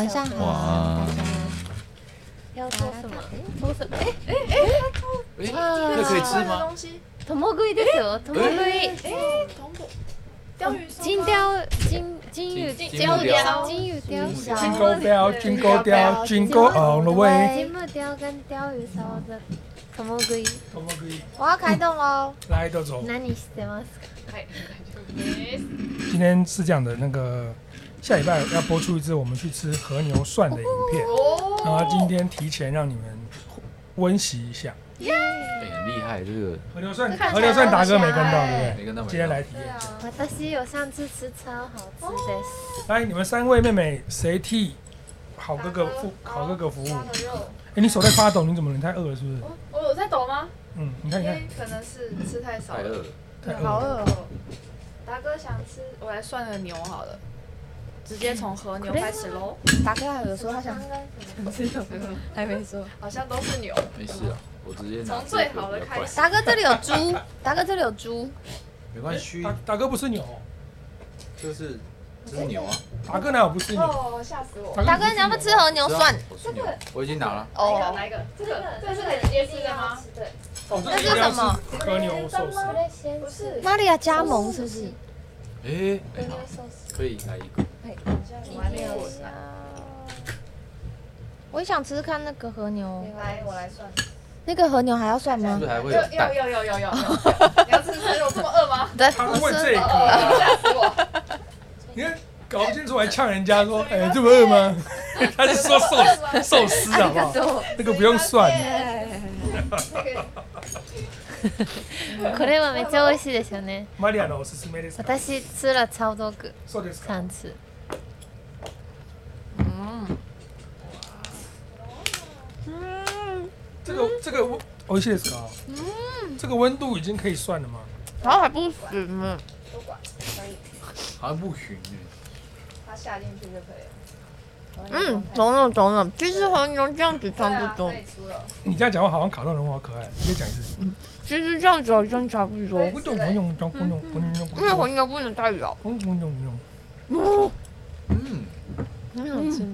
晚上好，大家。要做什么？做什么？ 这可以吃吗？ トモ食いですよ。トモ食い。 鲷鱼金鲷，金鱼鲷，金鱼鲷。 Jingle bell, jingle bell, jingle all the way。 金目鲷跟鲷鱼烧的トモ食い。 我要开动喽！ 来，豆总。 何してますか？ 今天是这样的，那个下礼拜要播出一支我们去吃和牛涮的影片，然后今天提前让你们温习一下。 很厉害，这个和牛涮达哥没跟到，对不对？ 没跟到。 今天来体验一下。 私有上次吃超好吃的。 来，你们3位妹妹谁替好哥哥服务？你手在发抖，你怎么了？你太饿了是不是？ 我在抖吗？ 你看。 可能是吃太少太饿了。 了， 好饿哦！ 达哥想吃，我来涮个牛好了，直接从和牛开始喽。 达哥还有说他想吃什么，还没说。 好像都是牛。 没事啊，我直接拿从最好的开始。 达哥这里有猪，达哥这里有猪。 没关系， 达哥不是牛， 这是牛啊。 达哥哪有不是牛？ 哦，吓死我！ 达哥，你要不吃和牛涮？ 我是牛，我已经拿了。 哦， 哪一个？这是很夜市的吗？对。 这是什么？ 和牛寿司。 不是。 玛利亚加盟是不是？ 好，可以来一个。 我还没有吃。 我也想吃吃看那个和牛。 来，我来涮。 那个和牛还要涮吗？ 是不是还会有蛋？ 有。你要吃有这么饿吗？ 对， 他们问这个， 吓死我！ 你看搞不清楚还呛人家说，这么饿吗？他是说寿司好不好？那个不用算。 これはめっちゃ美味しいですよね。 マリアのおすすめですか？ 私吃了超多个， そうですか。 3次。 这个美味しいですか？这个温度已经可以算了吗？ 然后还不行呢。 好像不行它下进去就可以了。 懂了。其实和牛这样子差不多。 你这样讲话好像卡通人物好可爱，你可以讲一次。 其实这样子好像差不多。因为和牛不能太老。很好吃。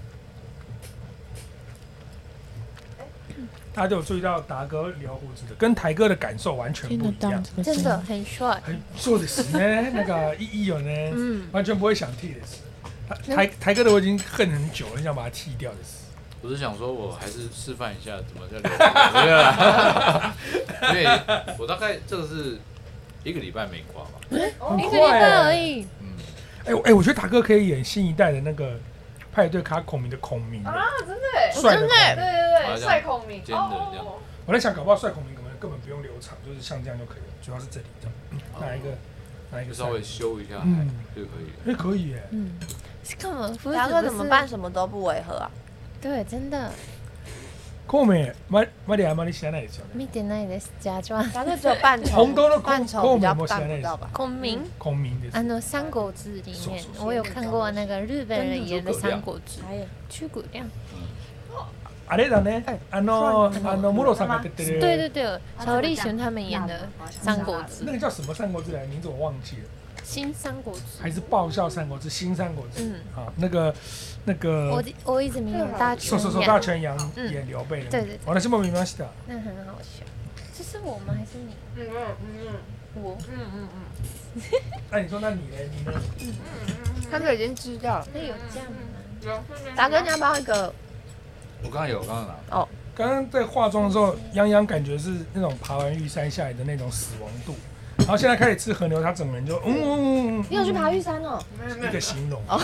大家都有注意到达哥留胡子的，跟台哥的感受完全不一样。 真的很帅。 そうですね。那个いいよね。完全不会想剃的是。台哥的我已经恨很久了，很想把它剃掉的是。 我是想说，我还是示范一下怎么叫留。没有啦，因为我大概这个是1个礼拜没刮吧。 1个礼拜而已。 我觉得达哥可以演新一代的那个派对卡孔明的孔明啊，真的， 帅的， 对，帅孔明， 尖的这样。 我在想，搞不好帅孔明根本不用留长，就是像这样就可以了，主要是这里这样，拿一个稍微修一下就可以了。 可以耶。 达哥怎么办？什么都不违和啊？ 对，真的。 孔明、マリア、知らないですよね。 見てないです。假装。 达哥只有半筹。 红豆的半筹比较孔办不到吧？ 孔明。 孔明です。 三国志里面，我有看过那个日本人演的三国志。诸葛亮。 あれだね。ムロさんが出てる。 对，小栗旬他们演的三国志。 那个叫什么三国志来？名字我忘记了。 新三国志还是爆笑三国志？新三国志。那个。 大泉洋大泉洋。 大泉洋演刘备的。 对。 私も見ました。 那很好笑。这是我吗？还是你？我。 那你说，那你呢？你呢？ 他们已经吃掉了。 那有酱吗？ 达哥，你要不要一个？ 我刚刚拿。 哦。 刚刚在化妆的时候，泱泱感觉是那种爬完玉山下来的那种死亡度。然后现在开始吃和牛，他整个人就你有去爬玉山哦？ 一个形容。 哇，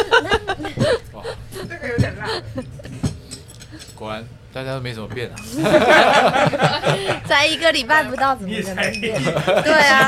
这个有点辣。 果然大家都没怎么变啊。 才1个礼拜不到，怎么可能变？对啊。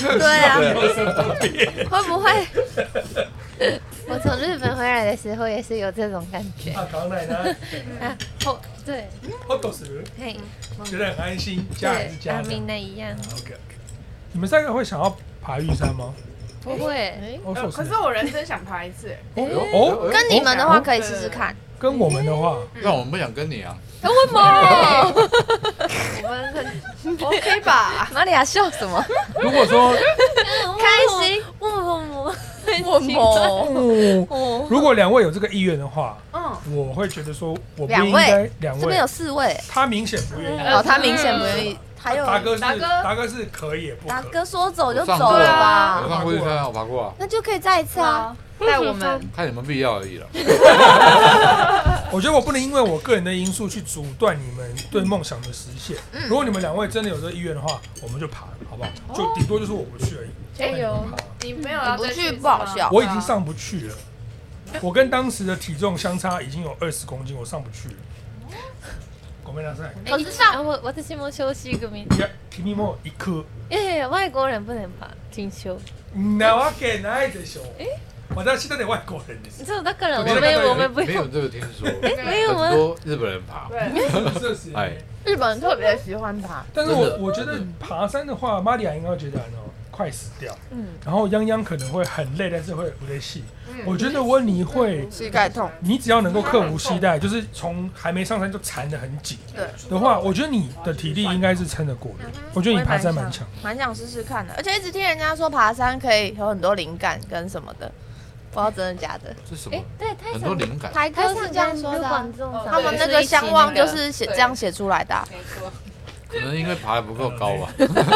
会不会？ 我从日本回来的时候也是有这种感觉。 刚来呢？ 对。 ほっとする？觉得很安心，家还是家。 跟明的一样。 OK。你们3个会想要爬玉山吗？ 不会。 可是我人生想爬一次。 跟你们的话可以试试看。 跟我们的话， 那我们不想跟你啊。 为什么？ 我们很 OK 吧？ 玛利亚笑什么？ 如果说开心， 很喜欢。 如果2位有这个意愿的话，我会觉得说，我不应该2位， 这边有4位， 他明显不愿意。 他明显不愿意。还有达哥是可以也不可。 达哥说走就走了吧？ 我上过1次，我爬过啊。 那就可以再一次啊， 带我们看有没有必要而已了。 我觉得我不能因为我个人的因素去阻断你们对梦想的实现。如果你们2位真的有这个意愿的话，我们就爬，好不好？就顶多就是我不去而已。 加油！你没有要不去不好笑。 我已经上不去了，我跟当时的体重相差已经有20公斤，我上不去了。ごめんなさい。 可是上私も小式組。 いや、君も行く。 外国人不能爬進修。 なわけないでしょ。私だって外国人です。 そうだから我们不没有这个听说。 没有吗？ 很多日本人爬。 哎， 日本人特别喜欢爬。 但是我觉得爬山的话，玛利亚应该会觉得快死掉。然后泱泱可能会很累，但是会不累戏。我觉得温妮会膝盖痛， 你只要能够克服膝盖，就是从还没上山就缠得很紧的话，我觉得你的体力应该是撑得过的。我觉得你爬山蛮强， 蛮想试试看的。而且一直听人家说爬山可以有很多灵感跟什么的，不知道真的假的。 是什么？ 对， 很多灵感。 台哥是这样说的，他们那个相望就是这样写出来的。 没错。 可能因为爬得不够高吧。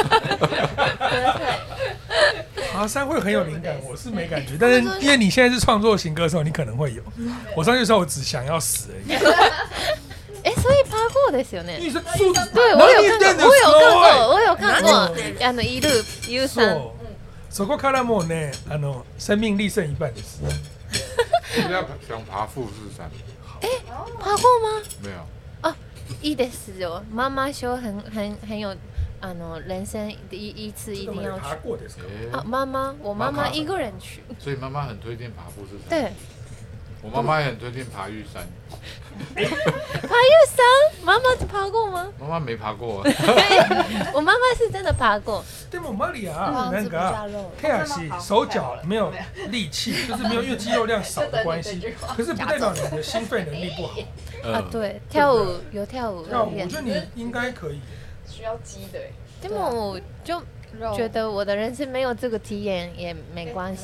爬山会很有灵感，我是没感觉，但是因为你现在是创作型歌手，你可能会有。我上去的时候，我只想要死而已。 所以爬过ですよね。 对， 我有看過。ゆうさん。 そこからもうね、生命力剩一半です。 想爬富士山。 爬过吗？ 没有。 いいですよ。妈妈说很有人生第一次一定要去。我妈妈一个人去。 所以妈妈很推荐爬富士山。 对。 我妈妈也很推荐爬玉山。 爬玉山？妈妈爬过吗？ 妈妈没爬过。 我妈妈是真的爬过。 でもマリアなんか手足手脚没有力气，就是没有因为肌肉量少的关系，可是不代表你的心肺能力不好。 对，跳舞有跳舞。 我觉得你应该可以。 需要肌的。 でも我就觉得我的人生没有这个体验也没关系。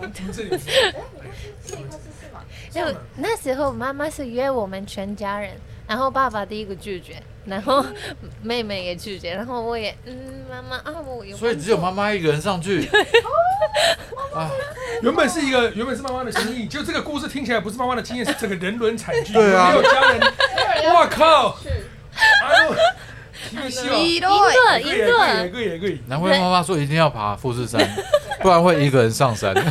就那时候妈妈是约我们全家人，然后爸爸第一个拒绝，然后妹妹也拒绝，然后我也妈妈我有。 所以只有妈妈一个人上去。 原本是妈妈的心意，就这个故事听起来不是妈妈的经验，是整个人伦惨剧。 对啊。 没有家人，我靠！ 一个。 难怪妈妈说一定要爬富士山，不然会一个人上山。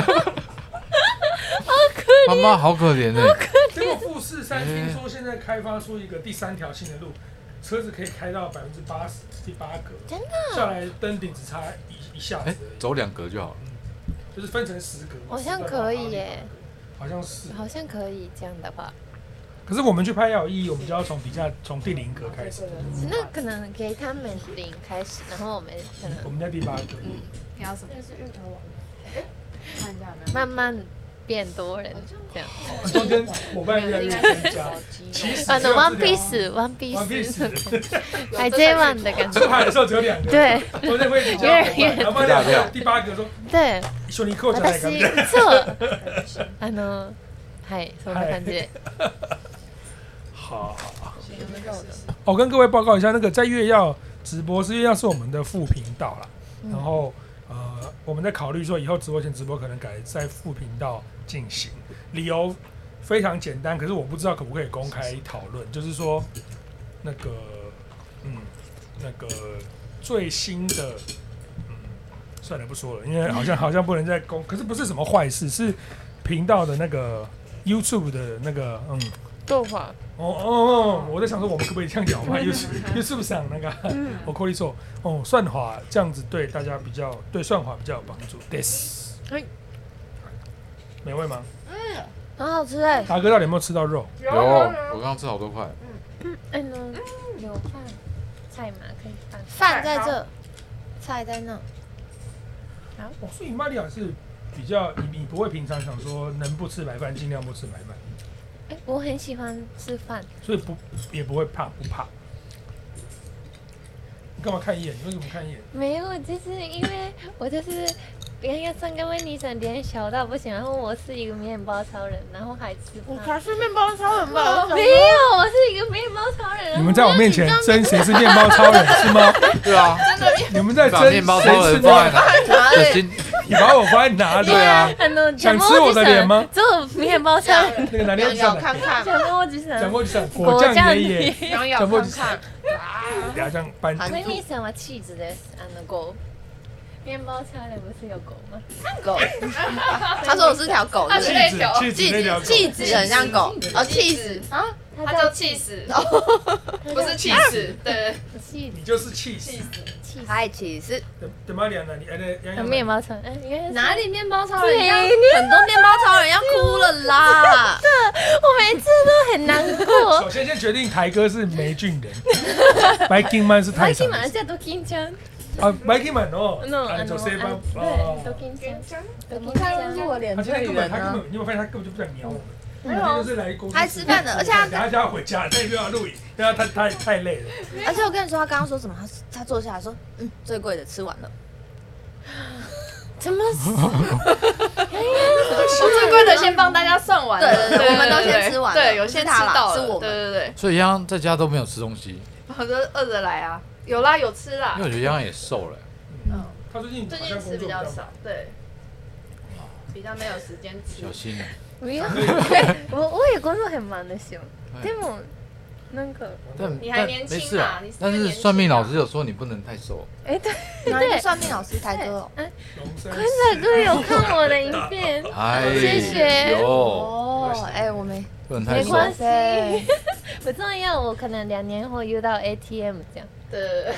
妈妈好可怜哎。 结果富士山听说现在开发出一个第3条新的路，车子可以开到80%，第8格， 真的下来登顶只差一下子， 走2格就好了， 就是分成10格。 好像可以耶， 好像可以这样的话。 可是我们去拍要有意义，我们就要从第0格开始。 那可能给他们0开始，然后我们可能我们在第8格。 你要什么？是芋头王。看一下有没有。 慢慢变多人这样。 中间伙伴越来越增加。其实 One Piece，海贼王的感觉。 出海的时候只有2个。 对。 中间会比较伙伴，然后第8格说。 对。 一緒に行こうじゃないかみたいな。 そう。はいそんな感じで。 好。我跟各位报告一下，那个在月曜直播是月曜是我们的副频道啦，然后我们在考虑说以后直播前直播可能改在副频道进行，理由非常简单，可是我不知道可不可以公开讨论，就是说那个最新的算了不说了，因为好像不能再可是不是什么坏事，是频道的那个 YouTube 的那个动画我在想说我们可不可以这样讲话？YouTube 上那个我口里说算法这样子对大家对算法比较有帮助。です美味吗？ 很好吃哎。 达哥到底有没有吃到肉？ 有，我刚刚吃好多块。 有饭菜吗？可以饭在这，菜在那。 所以玛利亚是比较你不会平常想说能不吃白饭尽量不吃白饭。 我很喜欢吃饭， 所以也不会不怕。你干嘛看一眼？你为什么看一眼？ 没有，就是因为我就是洋洋桑跟温妮森脸小到不行，然后我是一个面包超人，然后还吃我胖。 才是面包超人吧？ 没有，我是一个面包超人。 你们在我面前争谁是面包超人是吗？ 对啊， 你们在争把面包谁超是人放在吗？ 哪？这心你把我放在哪里？ 对啊， 想吃我的脸吗？ 做面包超人， 那个哪里咬咬看看， 讲过我只想讲过去讲果酱爷爷， 咬咬讲过去看看。 两张搬。 温妮森はチーズです。狗。面包超人不是有狗吗？ 狗，他说我是条狗， 是那条气质很像狗哦，气质啊， 它叫气死，不是气死，对， 你就是气死， 嗨，气死。 怎么讲呢？你面包超人， 哪里面包超人？很多面包超人要哭了啦！ 我每次都很难过。 首先决定台哥是梅俊人，Viking Man 是太上。 Viking Man 叫都緊張。 啊，Viking Man 哦， 女性版对，都緊張。 怎么看出我脸他现在最圆呢？ 你有没有发现他根本就不想鸟我们？ 没有他就是来公司还吃饭的，而且他等下就要回家，他又要录影，因为他太累了。 而且我跟你说，他刚刚说什么？他坐下来说，最贵的吃完了。 怎么？ 我最贵的先帮大家算完了， 对，我们都先吃完了， 对，有先吃到了， 是我们。 对。 所以洋洋在家都没有吃东西， 我都饿着来啊，有啦，有吃啦因为，我觉得洋洋也瘦了。 他最近最近吃比较少，对，比较没有时间吃。 小心啊！ 不要，我也工作很忙的时候，でもなんか你还年轻嘛没事啊你是但是算命老师有说你不能太瘦。 对， 哪一个算命老师？台哥哦。 坤仔哥有看我的影片， 哎， 谢谢有， 哦，我没没不能太瘦。 关系，不重要，我可能2年后遇到 ATM 这样。 对，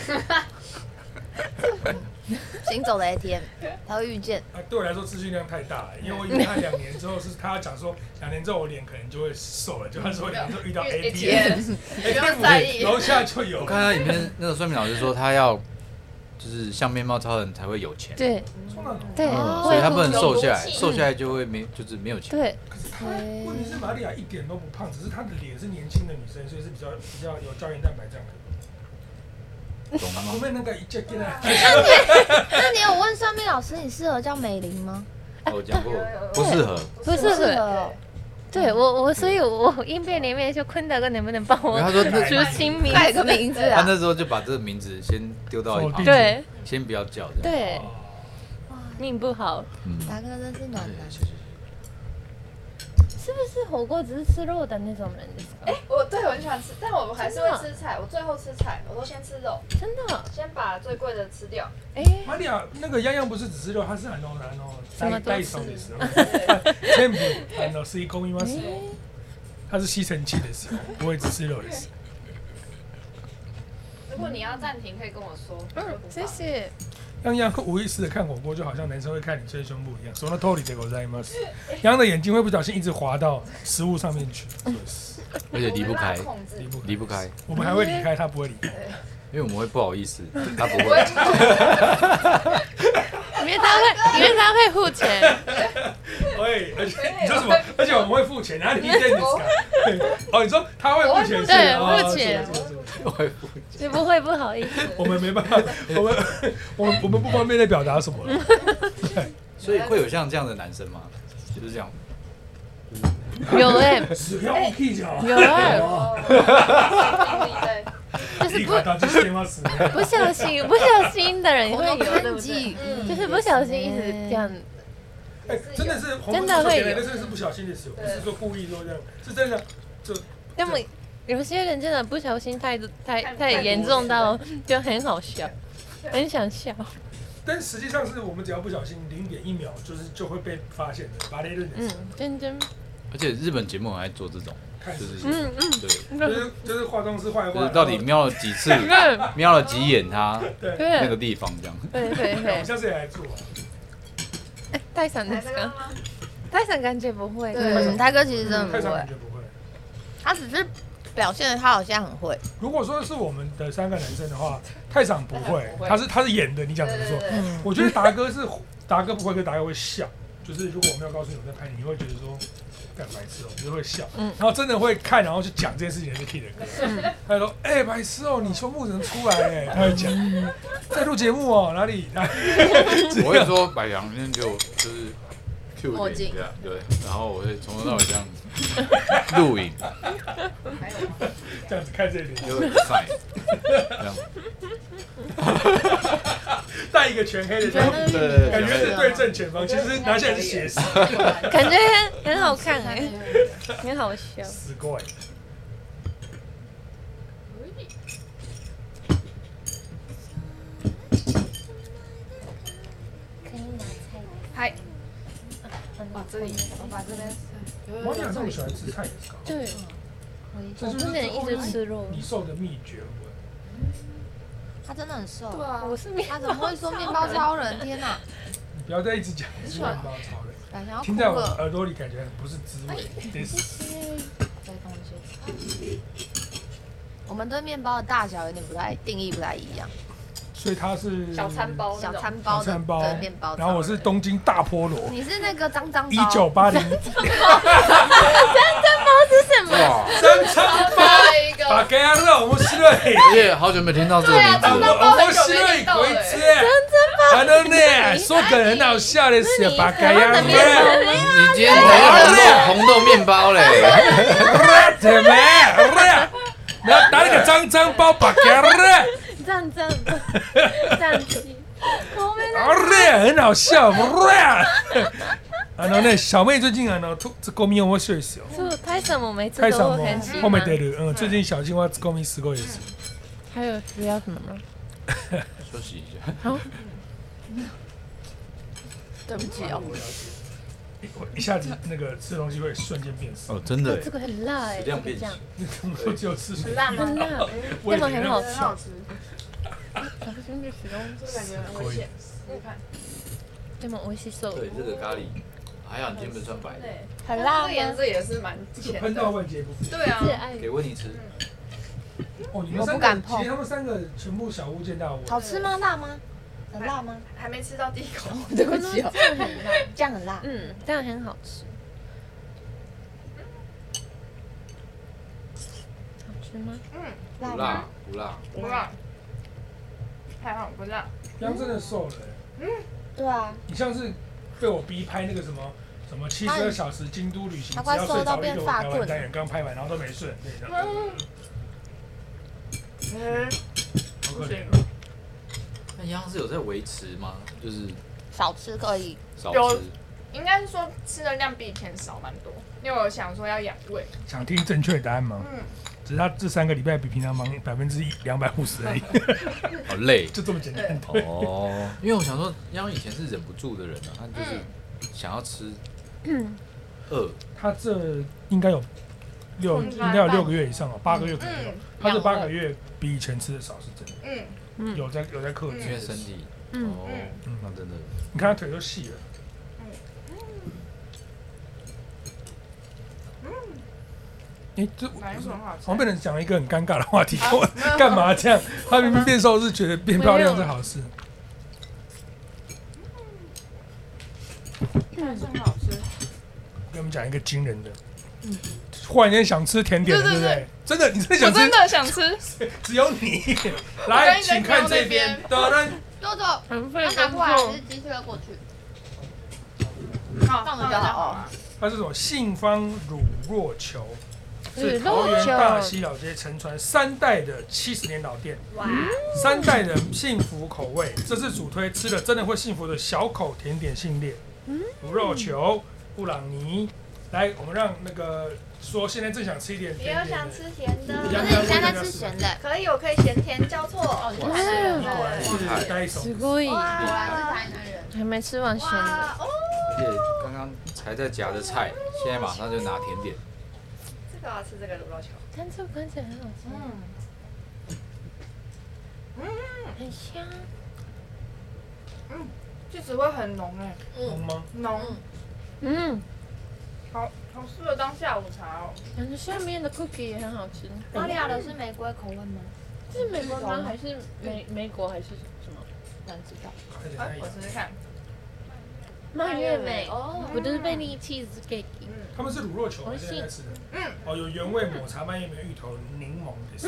行走的 ATM，他会遇见。 对我来说资讯量太大了，因为我以为他2年之后是他要讲说2年之后我脸可能就会瘦了，就他说2年之后遇到 ATM， 不用在意。 楼下就有。 我看他影片，那个算命老师说他要就是像面包超人才会有钱， 对对， 所以他不能瘦下来， 有瘦下来就会就是没有钱。 对， 可是他问题是玛利亚一点都不胖，只是她的脸是年轻的女生，所以是比较有胶原蛋白这样的。 懂了吗我？们那个一接进来， 那你有问算命老师，你适合叫美玲吗？ 我讲过，不适合。 不是哦。 对我，所以我影片里面就坤大哥能不能帮我他说出新名？ 改个名字他啊！ 那时候就把这个名字先丢到一旁， 对先不要叫。 对，命不好， 大哥真是暖男。 谢谢。 是不是火锅只是吃肉的那种人ですか？ 我很喜欢吃，但我还是会吃菜，我最后吃菜，我都先吃肉， 真的？ 先把最贵的吃掉。 玛利亚那个样样不是只吃肉，他是什么都吃大手的时候，全部吸い込みます。他是吸尘器的时候，不会只吃肉的时候。 如果你要暂停，可以跟我说。 谢谢。 样样无意识的看火锅，就好像男生会看女生胸部一样。その通りでございます。样的眼睛会不小心一直滑到食物上面去， 而且离不开，离不开。 我们还会离开，他不会离开。 因为我们会不好意思，他不会。 因为他会付钱。 对，而且你说什么？而且我们会付钱，然后你一定哦，你说他会付钱， 对，付钱， 我会付钱。 你不会不好意思。 我们没办法，我们不方便再表达什么了。 所以会有像这样的男生吗？就是这样。 有哎，有哎。就是不小心的人会有，对不对？就是不小心一直这样。 真的是真的会有， 真的是不小心的时候，不是说故意说这样，是真的就。 那么有些人真的不小心太严重到就很好笑，很想笑。 但实际上是我们只要不小心0.1秒，就会被发现的，拔雷论的。 真。 而且日本节目很爱做这种，就是对，就是化妆师坏话， 就是到底瞄了几次，瞄了几眼他那个地方这样。 对。 我下次也来做。 泰山ですか？泰山感觉不会。 泰哥其实真的泰山不会， 感觉不会。 他只是表现的他好像很会。 如果说是我们的3个男生的话，泰场不会，他是演的，你讲怎么说？我觉得达哥不会，跟达哥会笑。 就是如果我没有告诉你我在拍你，你会觉得说干白痴哦，就是会笑。然后真的会看，然后去讲这件事情的是 Kid 的歌。他就说：“白痴哦，你胸部怎么出来？”他会讲在录节目哦，哪里？ 我会说白羊那天就是 Q 点这样，对，然后我会从头到尾这样子录影， 这样子看这里， 就会 sign 这样。 带一个全黑的， 对， 感觉是对正前方，其实拿下来是斜视， 感觉很好看很好笑。 死怪。 可以拿菜吗？ 嗨，这里我把这边。 王雅这么喜欢吃菜也是高。 对， 这就是我之前一直吃肉。 你瘦的秘诀， 他真的很瘦。 对啊， 我是面他怎么会说面包超人？天哪！ 你不要再一直讲是面包超人， 感觉要听在我哭了。 耳朵里感觉不是滋味。 再东西。我们对面包的大小有点定义不太一样。 所以它是小餐包那种， 小餐包的面包。 然后我是东京大菠萝。 你是那个脏脏包。 1980。 是什么？ 脏餐包。把给他热，面白い。 而且好久没听到这个名字了。 面白いこいつ。说个很好笑的事，把给他热。 你今天才红豆面包嘞？ 怎么？你要拿那个脏脏包把给他热。 这样子， 很好笑。小妹最近ツッコミ面白いですよ。 そう、大さんも每次太少吗？ 都很喜后面出欢。 る。最近小青蛙ツッコミすごいです。 还有需要什么吗？ 休息一下。 好。 对不起哦。 一下子那个吃东西会瞬间变色。 哦，真的。 这个很辣食量变小。 我只有吃水。 很辣吗？ 很辣， 我也这么很好很好吃。 吃。小心去使用，这个感觉很危险。你看， でも美味しそう。 对，这个咖喱，还好你今天不穿白的， 对， 很辣吗？ 这个颜色也是蛮浅喷到的。 万劫不复。 对啊， 给温妮吃。 哦，你们三个，其实他们三个全部小巫见大巫。 好吃吗？辣吗？很辣吗？ 还没吃到第一口。 对不起哦。 这样很辣， 这样很辣。 这样很好吃。好吃吗？ 不辣，不辣。 不辣，还好不辣。 杨真的瘦了。 对啊。 你像是被我逼拍那个什么72小时京都旅行，只要睡着一个台湾单元刚拍完，然后都没睡，那种。好可怜。 那央是有在维持吗？就是少吃可以。 少吃。 应该是说吃的量比以前少蛮多，因为我想说要养胃。 想听正确答案吗？只是他这3个礼拜比平常忙250%而已。 好累， 就这么简单。 哦，因为我想说，央以前是忍不住的人啊，他就是想要吃，饿。 他这应该有6个月以上哦，8个月可能有。他这8个月比以前吃的少是真的。有在克制。 因为身体。哦，那真的。 你看他腿都细了。这黄贝人讲了一个很尴尬的话题，干嘛这样？他明明变瘦是觉得变漂亮是好事。 还是很好吃。 跟我们讲一个惊人的，忽然间想吃甜点了，对不对？真的，你真的想吃？ 我真的想吃。 只有你。来，请看这边。 豆豆，要拿过来还是机车过去？ 好， 放的比较好。 它是什么？信芳乳酪球。是桃园大溪老街承传3代的70年老店，3代的幸福口味，这次主推吃了真的会幸福的小口甜点系列，乳酪球、布朗尼。来，我们让那个说现在正想吃一点甜点的， 也有想吃甜的， 可是你现在在吃咸的， 可以，我可以咸甜交错。 果然是带手， すごい。 果然是台南人。 还没吃完咸的。 而且刚刚才在夹的菜，现在马上就拿甜点。 这个要吃这个乳酪球， 但这看起来很好吃。很香。 句子会很浓哎。 浓吗？ 浓。好适合当下午茶哦。 感觉下面的 cookie 也很好吃。 哪里的是玫瑰口味吗？ 是美国吗？还是美国还是什么？ 难知道。 我试试看。 蔓越莓， 哦， 我就是贝利 cheese cake。 他们是卤肉球，我现在在吃的。哦，有原味抹茶、蔓越莓、芋头、柠檬的。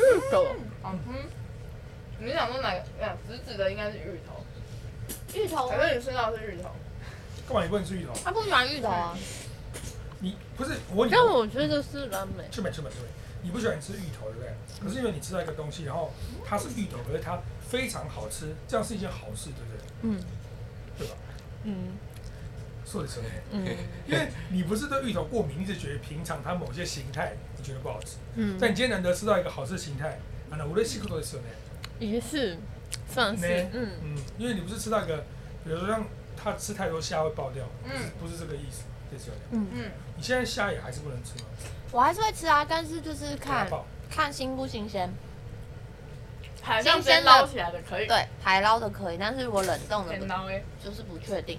你想说哪个？直直的应该是芋头， 芋头， 反正你吃到的是芋头。 干嘛你不能吃芋头？ 他不喜欢芋头啊。 你不是我问你， 但我觉得是蓝莓。 吃美。你不喜欢吃芋头，对不对？可是因为你吃到一个东西，然后它是芋头，可是它非常好吃，这样是一件好事，对不对？对吧？说的是因为你不是对芋头过敏，你只觉得平常它某些形态你觉得不好吃。但你今天难得吃到一个好吃的形态，我对西口都会吃呢。也是，算是， 因为你不是吃到一个，比如说像它吃太多虾会爆掉，不是这个意思，就是你现在虾也还是不能吃吗？ 我还是会吃啊，但是就是看新不新鲜。 海上先捞起来的可以， 对，海捞的可以，但是如果冷冻的就是不确定。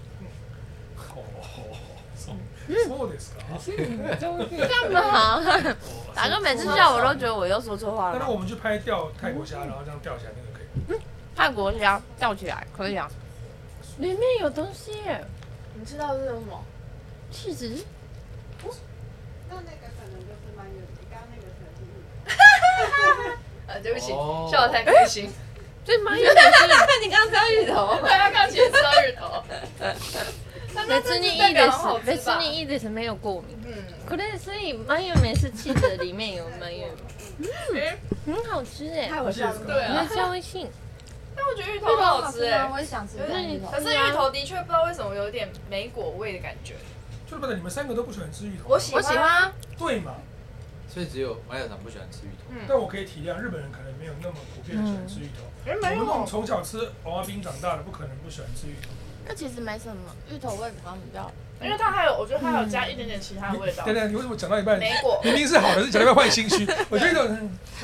そうですか？ 干嘛？大哥每次叫我都觉得我又说错话了。 那我们去拍钓泰国虾，然后这样钓起来那个可以。 泰国虾钓起来可以啊。 里面有东西耶。 你知道是什么？ 气质。 那个可能就是蔓越莓，刚刚那个可能是芋头。 对不起，笑得太开心。 对蔓越莓是， 你刚刚吃到芋头， 对，他刚其实吃到芋头。 別にいいです没有过敏。これ所以蔓越莓是气质里面有蔓越莓，很好吃哎， 太好笑了，对啊， 很香味性。 但我觉得芋头很好吃哎， 我也想吃芋头。 可是芋头的确不知道为什么有点莓果味的感觉。 就不是你们三个都不喜欢吃芋头？ 我喜欢。 对嘛？ 所以只有玛雅长不喜欢吃芋头。 但我可以体谅日本人可能没有那么普遍喜欢吃芋头。我们那种从小吃娃娃冰长大的，不可能不喜欢吃芋头。 那其实没什么，芋头味比较， 因为它还有，我觉得它还有加一点点其他的味道。 对，你为什么讲到一半？ 莓果明明是好的，是讲到一半换心虚。我觉得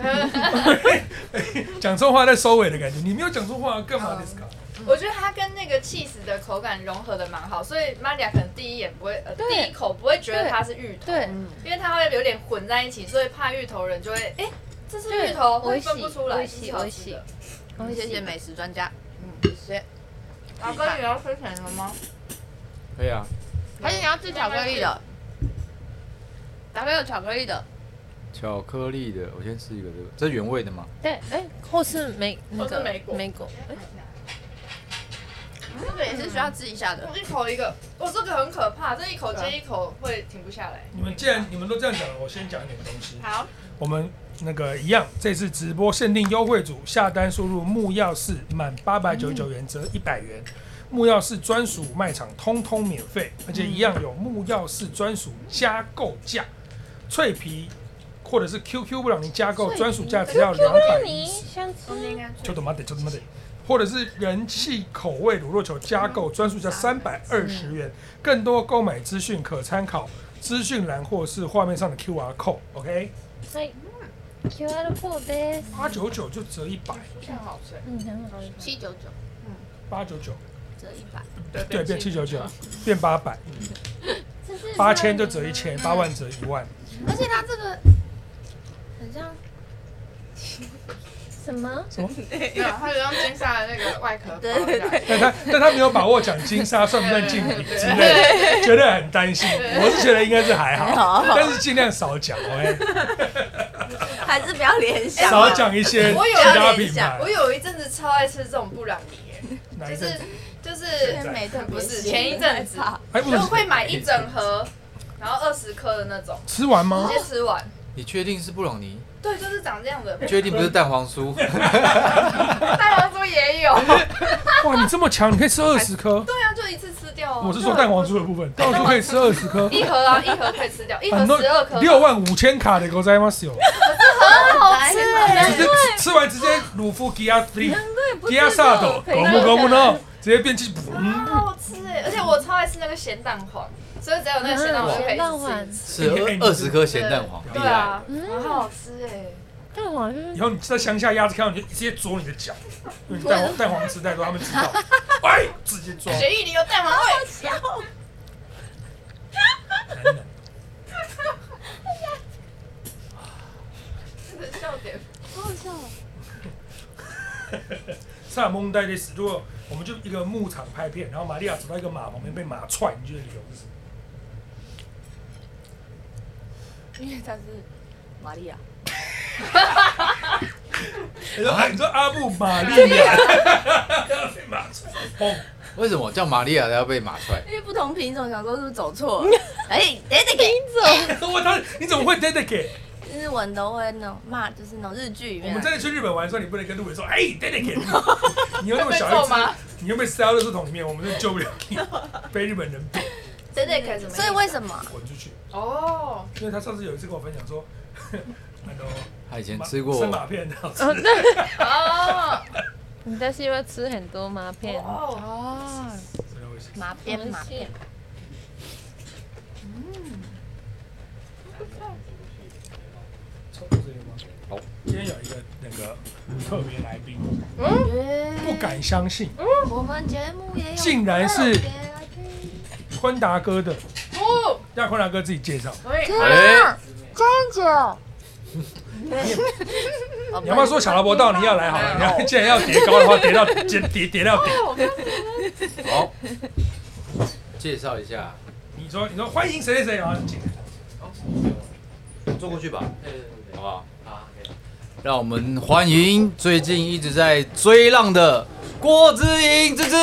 讲错话在收尾的感觉，你没有讲错话，干嘛ですか？ 我觉得它跟那个起司的口感融合的蛮好，所以玛利亚可能第一口不会觉得它是芋头， 对， 因为它会有点混在一起，所以怕芋头人就会这是芋头，会分不出来。 我喜， 谢谢美食专家，谢谢。 老哥，你要吃甜的吗？ 可以啊。 还是你要吃巧克力的？大概有巧克力的。 巧克力的，我先吃一个这个，这是原味的吗？ 对，或是莓果。 这个也是需要吃一下的。 一口一个，这个很可怕，这一口接一口会停不下来。 既然你们都这样讲了，我先讲一点东西。 好。 我们那个一样，这次直播限定优惠组下单输入木曜4满899元折100元，木曜4专属卖场通通免费，而且一样有木曜4专属加购价，脆皮或者是 QQ 布朗尼加购专属价只要210，就他妈的，或者是人气口味卤肉球加购专属价320元，更多购买资讯可参考资讯栏或是画面上的 QR code。OK。 はい。QR code です。 899就折100。 很好吃。 很好吃。 799。 899。 折100。 对，变799，变800。8000就折1000，8万折1万。 而且它这个很像。 什么？ 没有，他有用金沙的那个外壳包起来。但他没有把握讲金沙算不算竞品之类的，觉得很担心。我是觉得应该是还好，但是尽量少讲 ，OK。 还是不要联想。 少讲一些其他品牌。 我有一阵子超爱吃这种布朗尼，就是不是前一阵子，就会买一整盒，然后20颗的那种。 吃完吗？ 直接吃完。 你确定是布朗尼？ 对，就是长这样的。 确定不是蛋黄酥？ 蛋黄酥也有。 哇，你这么强，你可以吃20颗？ 对啊，就一次吃掉哦。 我是说蛋黄酥的部分，蛋黄酥可以吃20颗。 一盒啊，一盒可以吃掉，一盒12颗。 65000卡的ございますよ。 很好吃哎！ 吃完直接鲁夫吉亚萨斗，狗木呢，直接变气。 好好吃哎！而且我超爱吃那个咸蛋黄。所以只要有那个咸蛋黄就可以吃20颗咸蛋黄， 对啊，很好吃哎。 蛋黄是。 以后你在乡下鸭子看到你就直接啄你的脚，因为蛋黄吃太多，他们知道，哎，直接抓。 血液里有蛋黄味。这个笑点好好笑。 さあ問題です。如果我我们就一个牧场拍片，然后玛利亚走到一个马旁边被马踹，你觉得理由是什么？ 因为她是玛利亚。 你说阿布玛利亚被马踹，砰！ 为什么叫玛利亚要被马踹？ 因为不同品种，想说是不是走错了？哎，Dedicate， 你怎么会 Dedicate？ 日文都会那种骂，就是那种日剧里面。 我们真的去日本玩的时候，你不能跟路人说，哎 ，Dedicate， 你又那么小一只，你又被塞到垃圾桶里面，我们就救不了你，被日本人扁。 Dedicate 什么？ 所以为什么？ 滚出去！ 哦， 因为他上次有一次跟我分享说， 他以前吃过生马片，好吃。 哦， 你但是会吃很多麻片哦，麻片。 好，今天有一个那个特别来宾，不敢相信， 我们节目也有， 竟然是坤达哥的，让坤达哥自己介绍。 真久。 你要不要说小劳勃道你要来好了？你要既然要叠高的话，叠到底。 好，介绍一下。 你说欢迎谁谁谁啊？进来。 坐过去吧，好不好？好，让我们欢迎最近一直在追浪的郭姿莹芝芝。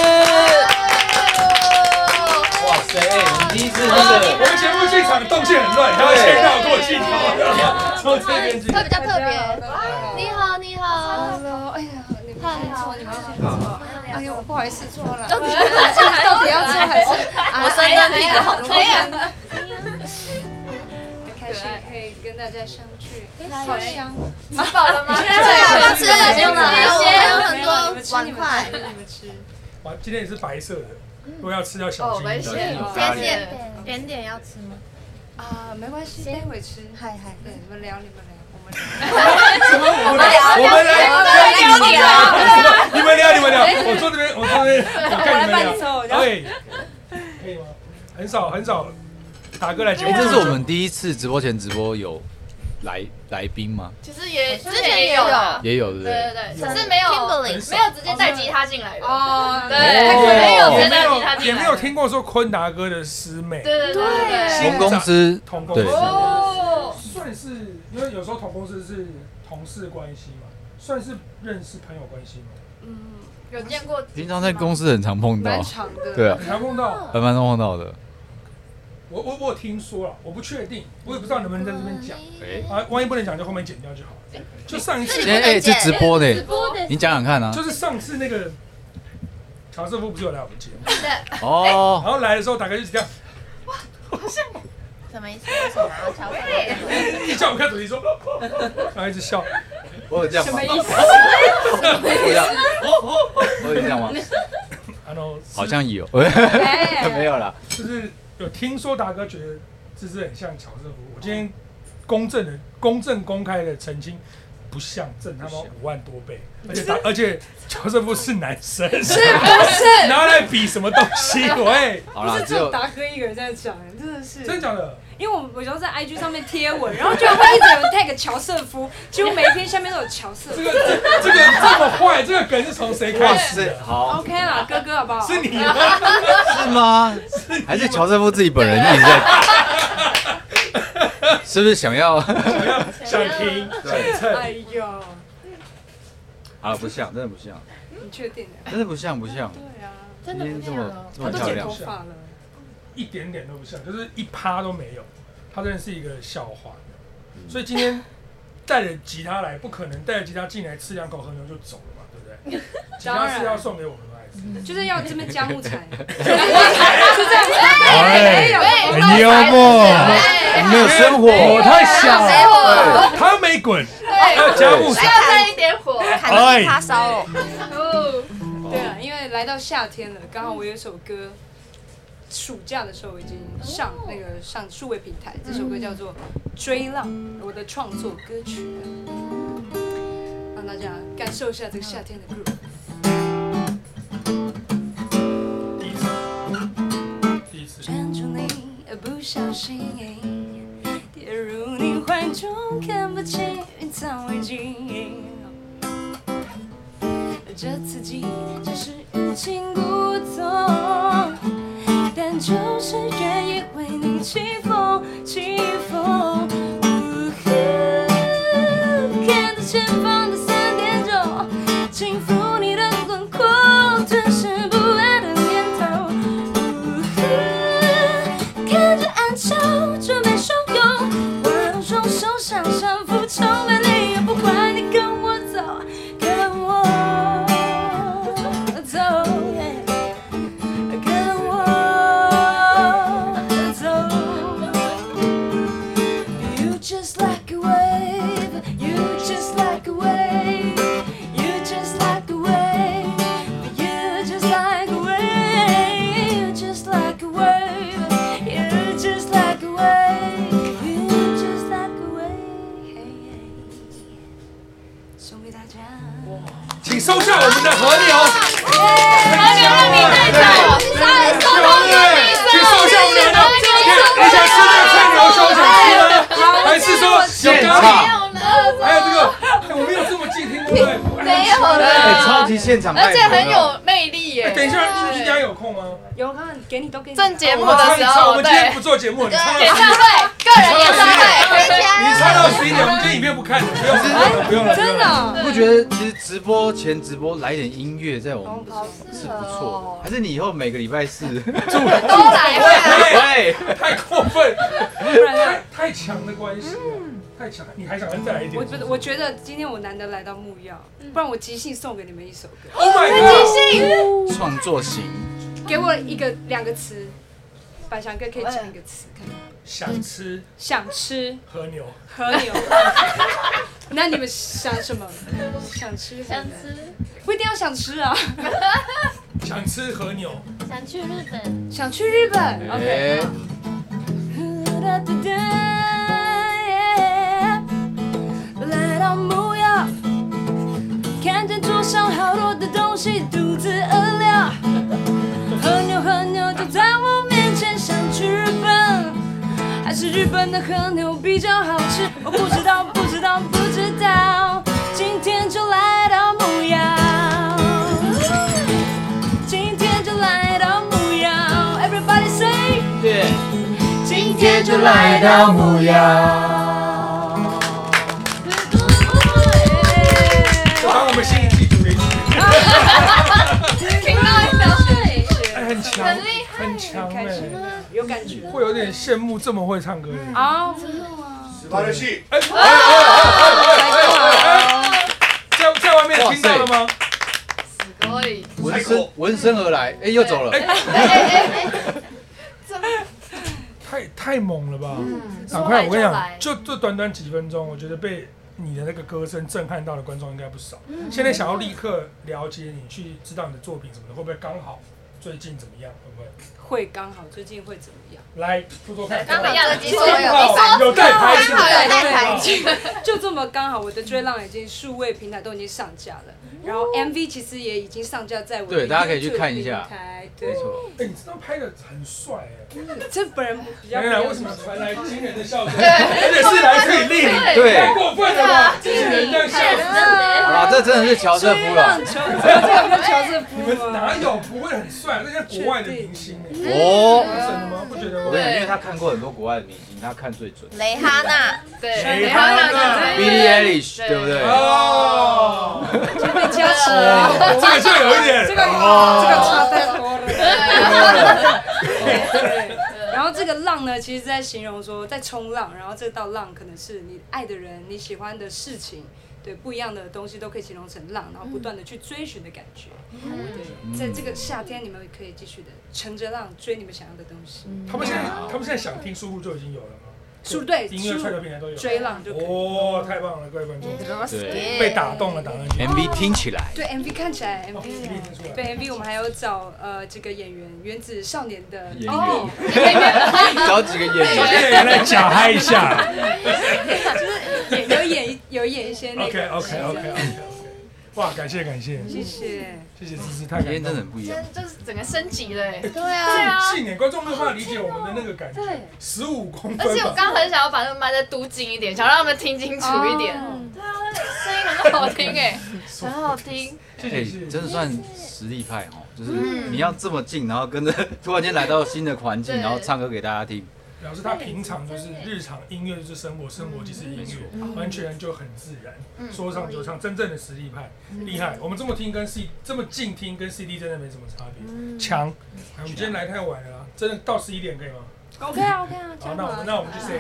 哇塞，你第一次那个， 我们节目现场动线很乱，然后先绕过去，从这边进。 他比较特别。你好，你好。 Hello， 哎呀，你们先坐，你们先坐。哎呦，不好意思，错了。 到底要吃还是？我身段屁股好可以。 很开心可以跟大家相聚，好香。 吃饱了吗？ 对，吃了香了，还有很多碗筷。 你们吃。 哇，今天也是白色的，如果要吃要小心一点。 甜点要吃吗？ 啊，没关系，待会吃。嗨，对，你们聊，我们聊。 你们聊，我坐这边，我看你们聊。对，可以吗？很少，达哥来节目。 这是我们第一次直播前直播有来宾吗？ 其实之前也有啦， 也有对不对？ 对，只是没有直接带吉他进来的。 哦， 对，没有直接带吉他进来。 也没有听过说坤达哥的师妹。 对。 同公司。 对。 哦。 算是，因为有时候同公司是同事关系嘛，算是认识朋友关系嘛。 有见过。 平常在公司很常碰到。 蛮长的。 对啊。 很常碰到。 蛮常碰到的。 我有听说了，我不确定，我也不知道能不能在这边讲。万一不能讲，就后面剪掉就好了。就上一次， 是直播的，你讲讲看啊。 就是上次那个乔瑟夫不是有来我们节目？ 哦。 然后来的时候，大概就是这样。 哇，好像。什么意思？为什么要乔瑟夫？ 一叫我看主题说，然后一直笑。 我有这样吗？ 什么意思？ 我有这样吗？好像有，没有啦。 就是有听说达哥觉得芝芝很像乔瑟夫，我今天公正公开的澄清，不像，挣他妈5万多倍，而且乔瑟夫是男生，是不是？拿来比什么东西？喂， 好啦， 只有达哥一个人在讲，真的是。 真的假的？ 因为我有时候在 IG 上面贴文，然后就会一直有人 tag 乔瑟夫，几乎每一篇下面都有乔瑟夫。 这个这么坏，这个梗是从谁开始的？ 好 ，OK 啦，哥好不好？ 是你吗？ 是吗？还是乔瑟夫自己本人一直在？是不是想想听？对。 哎呦， 好了，不像，真的不像。 你确定的？ 真的不像。 对啊， 真的这么漂亮，头发了。 一点点都不像，就是一趴都没有。他真的是一个笑话，所以今天带着吉他来，不可能带着吉他进来吃2口和牛就走了嘛，对不对？吉他是要送给我们的， 就是要这边加木材，是这样。 很幽默， 没有生火， 火太小了，他没滚，要加木材， 要再一点火， 砍他烧了。 对啊，因为来到夏天了，刚好我有一首歌。暑假的时候已经上数位平台，这首歌叫做《追浪》，我的创作歌曲，让大家感受一下这个夏天的 groove。 第一次。 牵住你，不小心跌入你怀中，看不清云藏危机。 着自己，只是欲擒故纵，但就是愿意为你起风，起风。看着前方的3点钟，轻抚你的轮廓，吞噬不安的念头。看着暗潮，准备汹涌，我用双手向上俯冲，没理由不管你跟我走，跟我走，跟我走。You just like a wave, you just like a wave, you just like a wave, you just like a wave, you just like a wave, you just like a wave, you just like a wave。送给大家。 请收下我们的和牛。 和牛让你带走，收同一个请收下我们的和牛。你想吃那个菜牛手想吃吗？还是说现有咖喱？ 场还有这个，我没有这么近听过。 没有了， 超级现场， 而且很有魅力耶。 等一下，你家有空吗？ 有看给你都给你。 正节目我的时候， 们今天不做节目，你唱到演唱会，个人演唱会， 你唱到11点，我们今天影片不看，不用了。 真的。 你不觉得其实直播前直播来一点音乐在我们是不错，还是你以后每个礼拜四都来。 对， 太过分，太强的关系了，太强，你还想再来一点？ 我觉得今天我难得来到木曜，不然我即兴送给你们一首歌。 Oh my god！ 创作型， 给我2个词，百祥哥可以讲一个词，看吗？ 想吃和牛。 和牛。 那你们想什么？想吃。不一定要想吃啊。 想吃和牛。 想去日本。 想去日本。OK。来到木曜，看见桌上好多的东西，肚子饿了。和牛就在我面前，想去日本，还是日本的和牛比较好吃？我不知道，今天就来到木曜，今天就来到木曜 ，Everybody say， 今天就来到木曜。 当我们新一季主题曲。 听到一秒。 很强，很强哎， 有感觉， 会有点羡慕这么会唱歌的人啊！真的吗 ？18的戏， 在外面听到了吗？ 闻声而来，哎，又走了， 太猛了吧！赶快，我跟你讲，就这短短几分钟，我觉得被你的那个歌声震撼到的观众应该不少。现在想要立刻了解你，去知道你的作品什么的，会不会刚好？最近怎么样？会不会？ 会刚好最近会怎么样？ 来说说看。 刚好有带拍是吧？ 有带拍， 就这么刚好，我的追浪已经数位平台都已经上架了，然后 MV 其实也已经上架在我的 YouTube 平台。 对，大家可以去看一下。 对， 哎，你这张拍的很帅哎。 这本人比较。 为什么传来惊人的笑声？而且是来自于丽颖， 对， 太过分了吧！惊人的笑声。 啊，这真的是乔瑟夫了。 这个跟乔瑟夫。 你们哪有不会很帅？那些国外的明星哎。 哦。 真的吗？不觉得吗？ 对，因为他看过很多国外的明星，他看最准。 蕾哈娜， 对，蕾哈娜 ，Billie Eilish， 对不对？ 哦， 就被加持了， 这个就有一点， 这个差太多了。对，然后这个浪呢，其实在形容说在冲浪，然后这道浪可能是你爱的人、你喜欢的事情。对，不一样的东西都可以形容成浪，然后不断的去追寻的感觉。对，在这个夏天，你们可以继续的乘着浪追你们想要的东西。 他们现在想听输入就已经有了吗？ 对， 音乐串流平台都有。 追浪就可以。 哦，太棒了，各位观众， 对， 被打动了，打上去。 MV 听起来。 对 MV 看起来 MV 对 MV 我们还有找这个演员原子少年的演员，找几个演员来假嗨一下。 就是有演一些那个。 OK。哇，感谢， 谢谢芝芝，太感动， 今天真的很不一样， 就是整个升级了哎。 对啊， 细年观众没有办法理解我们的那个感觉，15公分。 而且我刚很想要把那个麦再嘟近一点，想让他们听清楚一点。对啊，声音很好听哎。 很好听。 真的算实力派哦，就是你要这么近，然后跟着突然间来到新的环境，然后唱歌给大家听。 表示他平常就是日常音乐就是生活，生活即是音乐，完全就很自然，说唱就唱，真正的实力派，厉害。我们这么听跟 这么近听跟 CD 真的没什么差别，强。我们今天来太晚了啦，真的到11点可以吗 ？OK 啊。 好，那我们去 say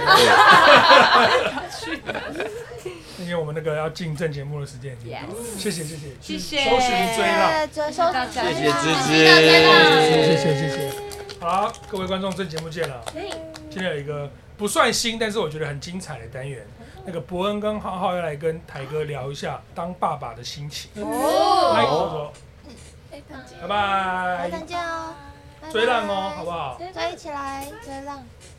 一下。因为我们那个要进正节目的时间已经到了，谢谢。搜寻追浪， 谢谢芝芝，谢谢。好，各位观众，正节目见了。今天有一个不算新，但是我觉得很精彩的单元。那个伯恩跟浩浩要来跟台哥聊一下当爸爸的心情。来，说，拜拜， 再见哦， 追浪哦，好不好？ 追起来，追浪。